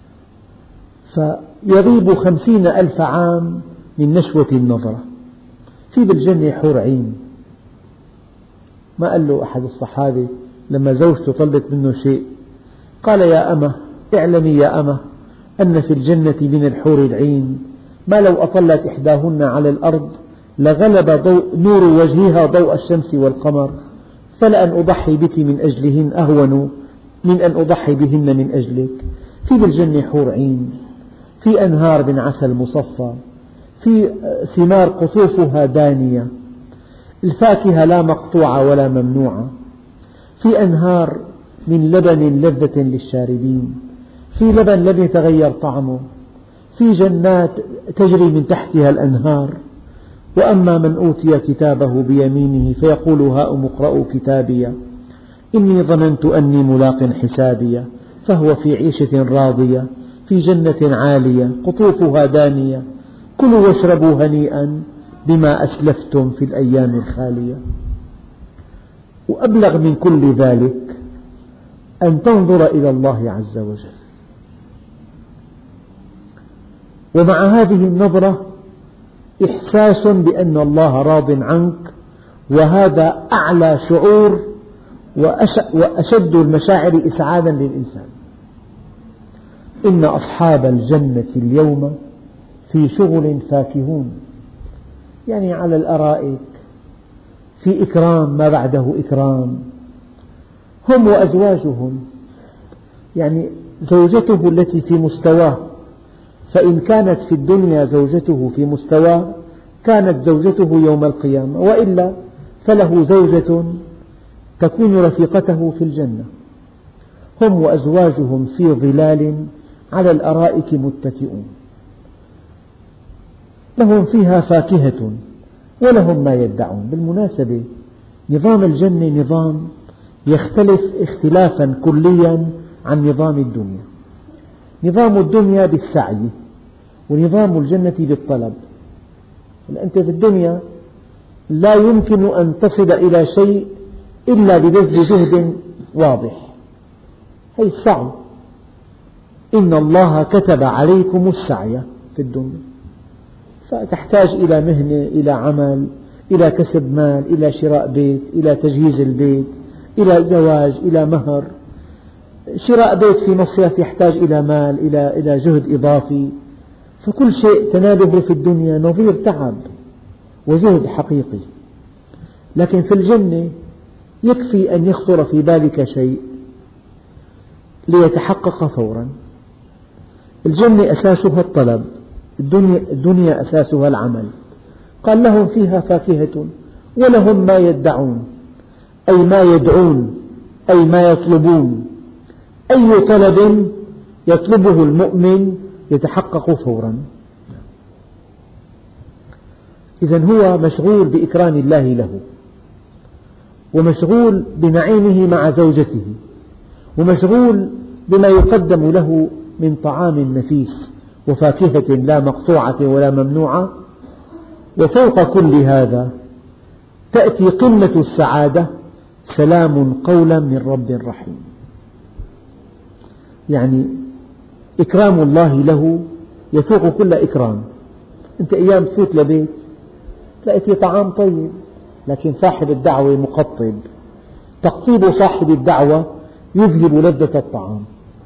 فيغيب خمسين ألف عام من نشوة النظرة. في بالجنة حور عين. ما قال له أحد الصحابة لما زوجته طلبت منه شيء، قال: يا أمة، اعلمي يا أمة أن في الجنة من الحور العين ما لو أطلت إحداهن على الأرض لغلب ضوء نور وجهها ضوء الشمس والقمر، فلأن أضحي بك من أجلهن أهون من أن أضحي بهن من أجلك. في بالجنة حور عين، في أنهار من عسل مصفى، في ثمار قطوفها دانية، الفاكهة لا مقطوعة ولا ممنوعة، في أنهار من لبن لذة للشاربين، في لبن لم يتغير طعمه، في جنات تجري من تحتها الأنهار. وأما من أوتي كتابه بيمينه فيقول: هاؤم اقرءوا كتابي إني ظننت أني ملاق حسابي، فهو في عيشة راضية في جنة عالية قطوفها دانية، كلوا واشربوا هنيئا بما أسلفتم في الأيام الخالية. وأبلغ من كل ذلك أن تنظر إلى الله عز وجل، ومع هذه النظرة إحساس بأن الله راض عنك، وهذا أعلى شعور وأشد المشاعر إسعادا للإنسان. إن أصحاب الجنة اليوم في شغل فاكهون، يعني على الأرائك، في إكرام ما بعده إكرام، هم وأزواجهم، يعني زوجته التي في مستواه، فإن كانت في الدنيا زوجته في مستواه كانت زوجته يوم القيامة، وإلا فله زوجة تكون رفيقته في الجنة. هم وأزواجهم في ظلال على الأرائك متكئون، لهم فيها فاكهة ولهم ما يدعون. بالمناسبة نظام الجنة نظام يختلف اختلافا كليا عن نظام الدنيا. نظام الدنيا بالسعي، ونظام الجنة بالطلب. أنت في الدنيا لا يمكن أن تصل إلى شيء إلا ببذل جهد واضح، هي السعي. إن الله كتب عليكم السعي في الدنيا، فتحتاج إلى مهنة، إلى عمل، إلى كسب مال، إلى شراء بيت، إلى تجهيز البيت، إلى زواج، إلى مهر. شراء بيت في مصيف يحتاج إلى مال، إلى إلى جهد إضافي. فكل شيء تناله في الدنيا نظير تعب وجهد حقيقي. لكن في الجنة يكفي أن يخطر في بالك شيء ليتحقق فورا. الجنة أساسها الطلب، الدنيا, الدنيا أساسها العمل. قال: لهم فيها فاكهة ولهم ما يدعون، أي ما يدعون، أي ما يطلبون. أي طلب يطلبه المؤمن يتحقق فورا. إذن هو مشغول بإكرام الله له، ومشغول بنعيمه مع زوجته، ومشغول بما يقدم له من طعام نفيس وفاكهة لا مقطوعة ولا ممنوعة. وفوق كل هذا تأتي قمة السعادة: سلام قولا من رب رحيم. يعني إكرام الله له يفوق كل إكرام. أنت أيام تفوت لبيت تلاقي فيه طعام طيب، لكن صاحب الدعوة مقطب. تقطيب صاحب الدعوة يذهب لذة الطعام.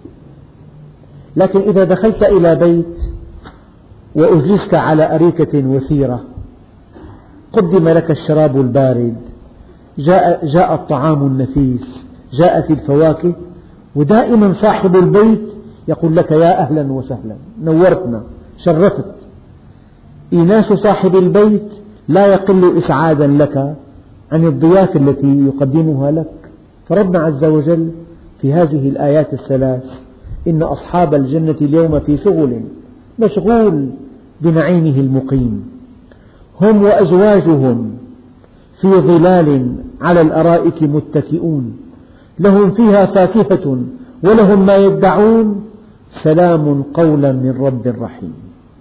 لكن إذا دخلت إلى بيت وأجلست على أريكة وثيرة، قدم لك الشراب البارد، جاء, جاء الطعام النفيس، جاءت الفواكه، ودائما صاحب البيت يقول لك: يا أهلا وسهلا، نورتنا، شرفت. إيناس صاحب البيت لا يقل إسعادا لك عن الضيافة التي يقدمها لك. فربنا عز وجل في هذه الآيات الثلاث: إن أصحاب الجنة اليوم في شغل، مشغول بنعيمه المقيم، هم وأزواجهم في ظلال على الأرائك متكئون، لهم فيها فاكهة ولهم ما يدعون، سلام قولا من رب رحيم.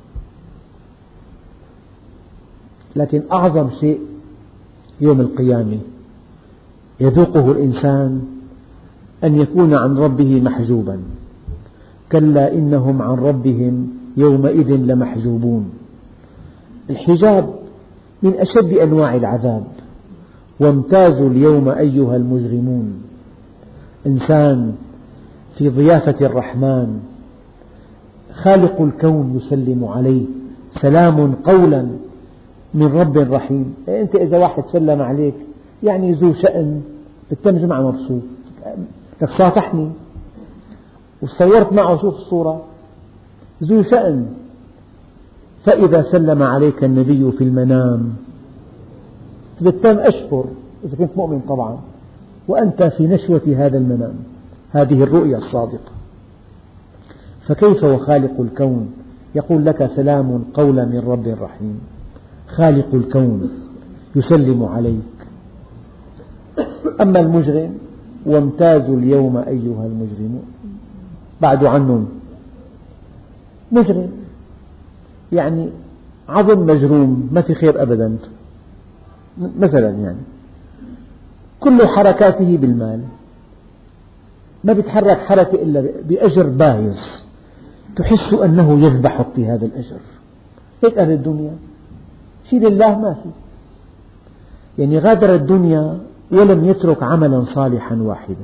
لكن أعظم شيء يوم القيامة يذوقه الإنسان أن يكون عن ربه محجوبا. كلا إنهم عن ربهم يومئذ لمحجوبون. الحجاب من أشد أنواع العذاب. وامتازوا اليوم أيها المجرمون. إنسان في ضيافة الرحمن خالق الكون يسلم عليه: سلام قولا من رب رحيم. أنت إذا واحد سلم عليك يعني ذو شأن، بتتم جمعة مبسوط، لك صافحني وصورت معه، شوف الصورة، ذو شأن. فإذا سلم عليك النبي في المنام بتتم أشهر إذا كنت مؤمن طبعا، وأنت في نشوة هذا المنام، هذه الرؤيا الصادقة. فكيف وخالق الكون يقول لك سلام قولا من رب رحيم؟ خالق الكون يسلم عليك. أما المجرم: وامتازوا اليوم أيها المجرمون. بعد عنهم مجرم يعني عظم مجروم، ما في خير أبدا. مثلا يعني كل حركاته بالمال، ما بيتحرك حركة إلا بأجر باهظ تحس أنه يذبحك في هذا الأجر. هيك أهل الدنيا، شيء لله ما في. يعني غادر الدنيا ولم يترك عملا صالحا واحدا،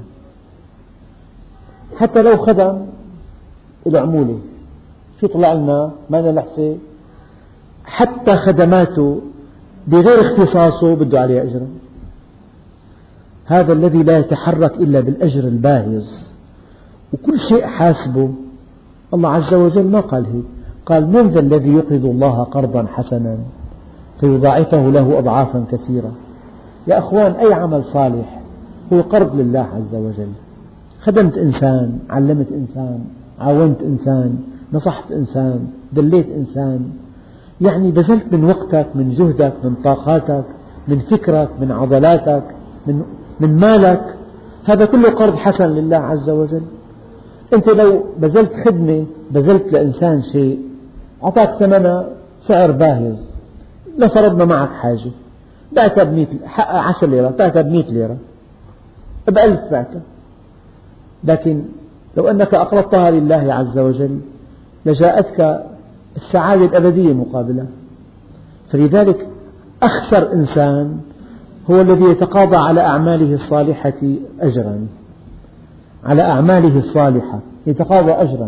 حتى لو خدم العمولة، شو طلع لنا ما لنا لحسة، حتى خدماته بغير اختصاصه بده عليه أجرا. هذا الذي لا يتحرك إلا بالأجر الباهظ وكل شيء حاسبه. الله عز وجل ما قال هيك، قال: من ذا الذي يقرض الله قرضا حسنا فيضاعفه له أضعافا كثيرة. يا أخوان، أي عمل صالح هو قرض لله عز وجل. خدمت إنسان، علمت إنسان، عاونت إنسان، نصحت إنسان، دليت إنسان، يعني بذلت من وقتك، من جهدك، من طاقاتك، من فكرك، من عضلاتك، من, من مالك، هذا كله قرض حسن لله عز وجل. أنت لو بذلت خدمة، بذلت لإنسان شيء، أعطاك ثمنها سعر باهظ، لفرضنا معك حاجة بعتها بمئة، حقها عشر ليرة، بعتها بمئة ليرة، بألف بعتها. لكن لو أنك أقرضتها لله عز وجل لجاءتك السعادة الأبدية مقابلة. فلذلك أخسر إنسان هو الذي يتقاضى على أعماله الصالحة أجرا، على أعماله الصالحة يتقاضى أجرا.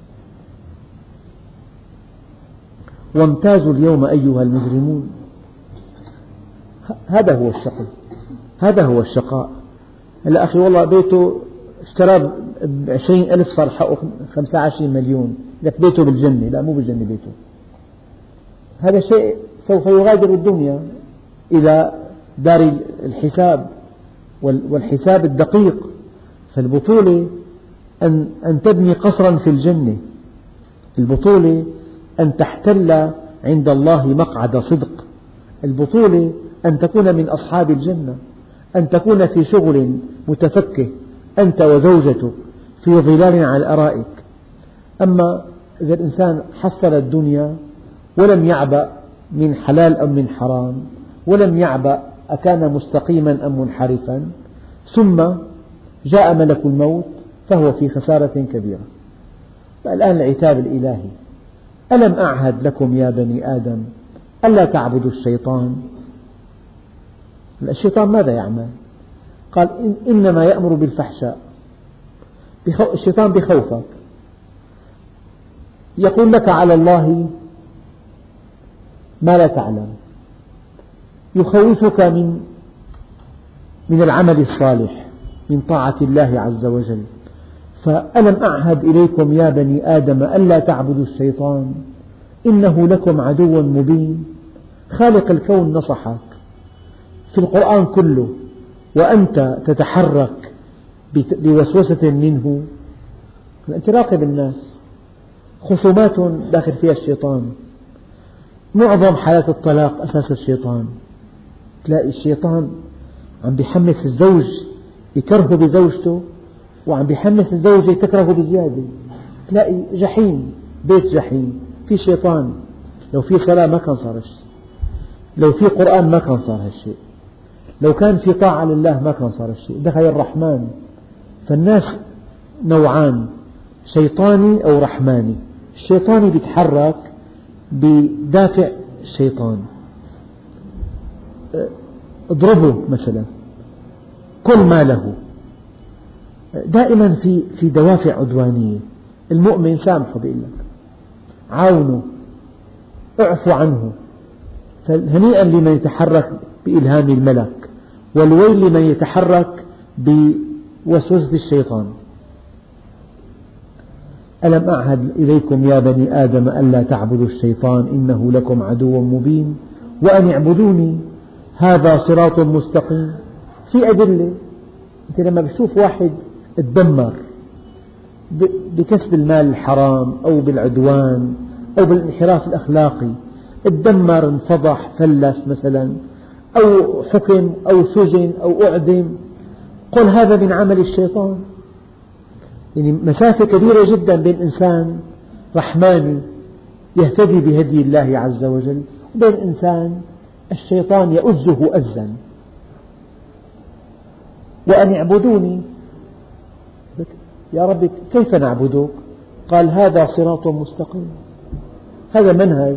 وامتازوا اليوم أيها المجرمون. هذا هو الشقي، هذا هو الشقاء. هلا أخي والله بيته اشترى بعشرين ألف صار حقه خمسة وعشرين مليون، لك بيته بالجنة. لا، مو بالجنة بيته. هذا شيء سوف يغادر الدنيا إلى دار الحساب والحساب الدقيق. فالبطولة أن أن تبني قصرا في الجنة، البطولة أن تحتل عند الله مقعد صدق، البطولة أن تكون من أصحاب الجنة، أن تكون في شغل متفكه أنت وزوجتك في ظلال على الأرائك. أما إذا الإنسان حصل الدنيا ولم يعبأ من حلال أم من حرام، ولم يعبأ أكان مستقيما أم منحرفا، ثم جاء ملك الموت، فهو في خسارة كبيرة. الآن العتاب الإلهي: ألم أعهد لكم يا بني آدم ألا تعبدوا الشيطان؟ الشيطان ماذا يعمل؟ قال: إنما يأمر بالفحشاء. الشيطان بخوفك، يقول لك على الله ما لا تعلم، يخوفك من من العمل الصالح، من طاعة الله عز وجل. فألم أعهد إليكم يا بني آدم ألا تعبدوا الشيطان إنه لكم عدو مبين. خالق الكون نصحك، في القرآن كله وأنت تتحرك بوسوسة منه، أنت راقب الناس، خصومات داخل فيها الشيطان، معظم حالات الطلاق أساس الشيطان. تلاقي الشيطان عم بيحمس الزوج يكرهه بزوجته، وعم بيحمس الزوجة تكرهه بزيادة. تلاقي جحيم، بيت جحيم، في شيطان. لو في صلاة ما كان صار هالشيء، لو في قرآن ما كان صار هالشيء، لو كان في طاعة لله ما كان صار هالشيء. دخل الرحمن. فالناس نوعان، شيطاني أو رحماني. الشيطاني بيتحرك بدافع الشيطان، اضربه مثلا، كل ما له، دائما في في دوافع عدوانية. المؤمن سامحه، بيقول لك عاونه، اعفو عنه. فهنيئا لمن يتحرك بإلهام الملك، والويل لمن يتحرك بوسوسة الشيطان. ألم أعهد إليكم يا بني آدم ألا تعبدوا الشيطان إنه لكم عدو مبين وأن اعبدوني هذا صراط مستقيم. في أدلة. أنت لما بتشوف واحد اتدمر بكسب المال الحرام أو بالعدوان أو بالانحراف الأخلاقي، اتدمر، انفضح، فلس مثلا، أو حكم أو سجن أو أعدم، قل هذا من عمل الشيطان. يعني مسافة كبيرة جدا بين إنسان رحماني يهتدي بهدي الله عز وجل وبين إنسان الشيطان يؤزه أزا. وأن اعبدوني، يا رب كيف نعبدك؟ قال هذا صراط مستقيم. هذا منهج.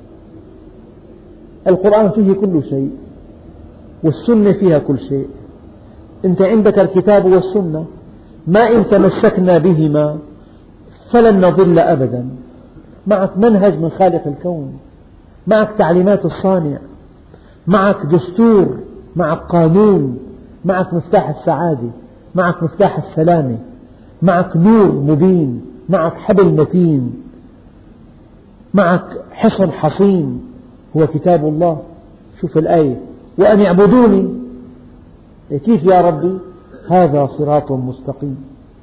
القرآن فيه كل شيء، والسنة فيها كل شيء. أنت عندك الكتاب والسنة، ما إن تمسكنا بهما فلن نضل أبدا. معك منهج من خالق الكون، معك تعليمات الصانع، معك دستور، معك قانون، معك مفتاح السعادة، معك مفتاح السلامة، معك نور مبين، معك حبل متين، معك حصن حصين هو كتاب الله. شوف الآية، وأن يعبدوني. كيف يا ربي؟ هذا صراط مستقيم.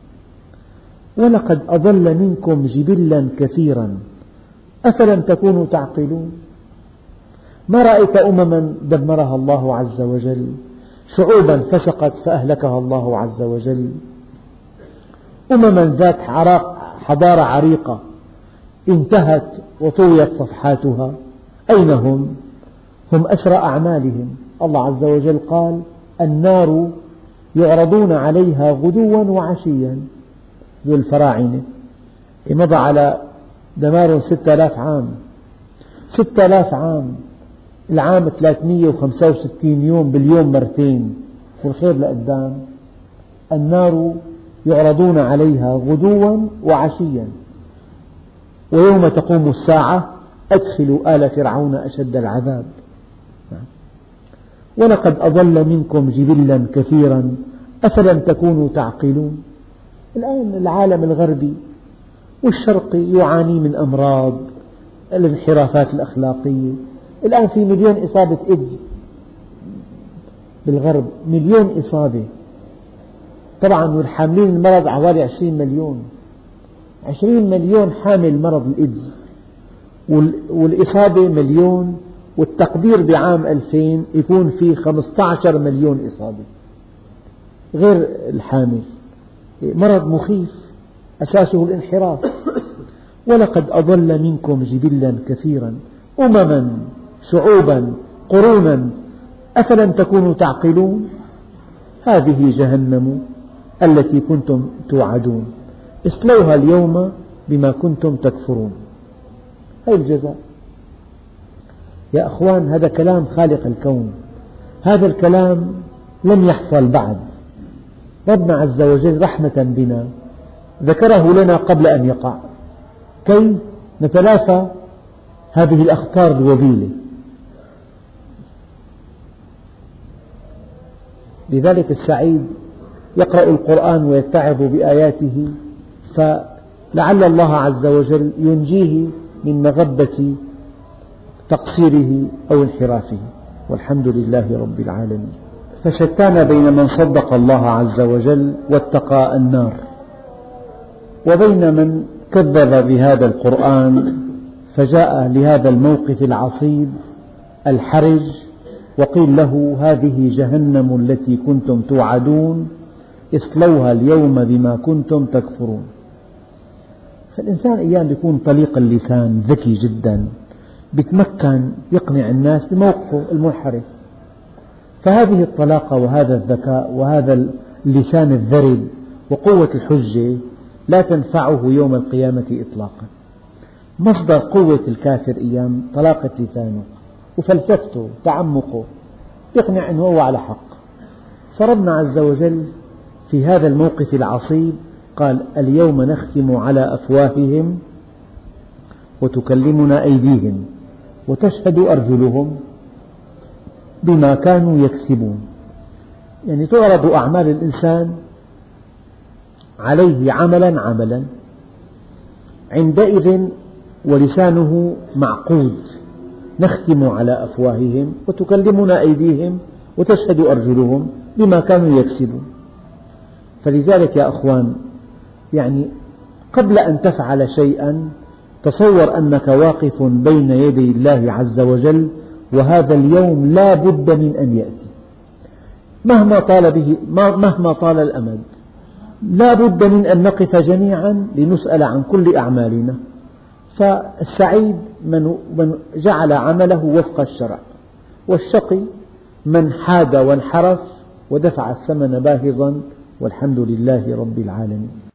ولقد أضل منكم جبلا كثيرا أفلم تكونوا تعقلون. ما رأيت أمما دمرها الله عز وجل، شعوبا فسقت فأهلكها الله عز وجل، أمما ذات حضارة عريقة انتهت وطويت صفحاتها. أين هم؟ هم أسرى أعمالهم. الله عز وجل قال النار يعرضون عليها غدوا وعشيا. ذو الفراعنة مضى على دمار ستة آلاف عام، ستة آلاف عام، العام ثلاثمئة وخمسة وستين يوم، باليوم مرتين، والخير لقدام. النار يعرضون عليها غدوا وعشيا ويوم تقوم الساعة أدخلوا آل فرعون أشد العذاب. ولقد أضل منكم جبلا كثيرا أفلم تكونوا تعقلون. الآن العالم الغربي والشرقي يعاني من أمراض الانحرافات الأخلاقية. الآن في مليون إصابة إيدز بالغرب، مليون إصابة. طبعا والحاملين المرض حوالي عشرين مليون، عشرين مليون حامل مرض الإيدز، والإصابة مليون، والتقدير بعام ألفين يكون في خمسة عشر مليون إصابة غير الحامل. مرض مخيف أساسه الانحراف. ولقد أضل منكم جبلا كثيرا أمما شعوبا قرونا أفلم تكونوا تعقلون. هذه جهنم التي كنتم توعدون اصلوها اليوم بما كنتم تكفرون. هذا الجزاء. يا أخوان، هذا كلام خالق الكون، هذا الكلام لم يحصل بعد. ربنا عز وجل رحمة بنا ذكره لنا قبل أن يقع كي نتلافى هذه الأخطار الوبيلة. لذلك السعيد يقرأ القرآن ويتعظ بآياته، فلعل الله عز وجل ينجيه من مغبة تقصيره أو انحرافه. والحمد لله رب العالمين. فشتان بين من صدق الله عز وجل واتقى النار، وبين من كذب بهذا القرآن فجاء لهذا الموقف العصيب الحرج وقيل له: هذه جهنم التي كنتم توعدون اصلوها اليوم بما كنتم تكفرون. فالإنسان أيام يكون طليق اللسان ذكي جدا، يتمكن يقنع الناس بموقفه المنحرف، فهذه الطلاقة وهذا الذكاء وهذا اللسان الذرب وقوة الحجة لا تنفعه يوم القيامة إطلاقا. مصدر قوة الكافر أيام طلاقة لسانه وفلسفته تعمقه، يقنع أنه هو على حق. فربنا عز وجل في هذا الموقف العصيب قال: اليوم نختم على أفواههم وتكلمنا أيديهم وتشهد أرجلهم بما كانوا يكسبون. يعني تعرض أعمال الإنسان عليه عملا عملا، عندئذ ولسانه معقود. نختم على أفواههم وتكلمنا أيديهم وتشهد أرجلهم بما كانوا يكسبون. فلذلك يا أخوان، يعني قبل أن تفعل شيئا تصور أنك واقف بين يدي الله عز وجل، وهذا اليوم لا بد من أن يأتي مهما طال به مهما طال الأمد. لا بد من أن نقف جميعا لنسأل عن كل أعمالنا. فالسعيد من جعل عمله وفق الشرع، والشقي من حاد وانحرف ودفع الثمن باهظا، والحمد لله رب العالمين.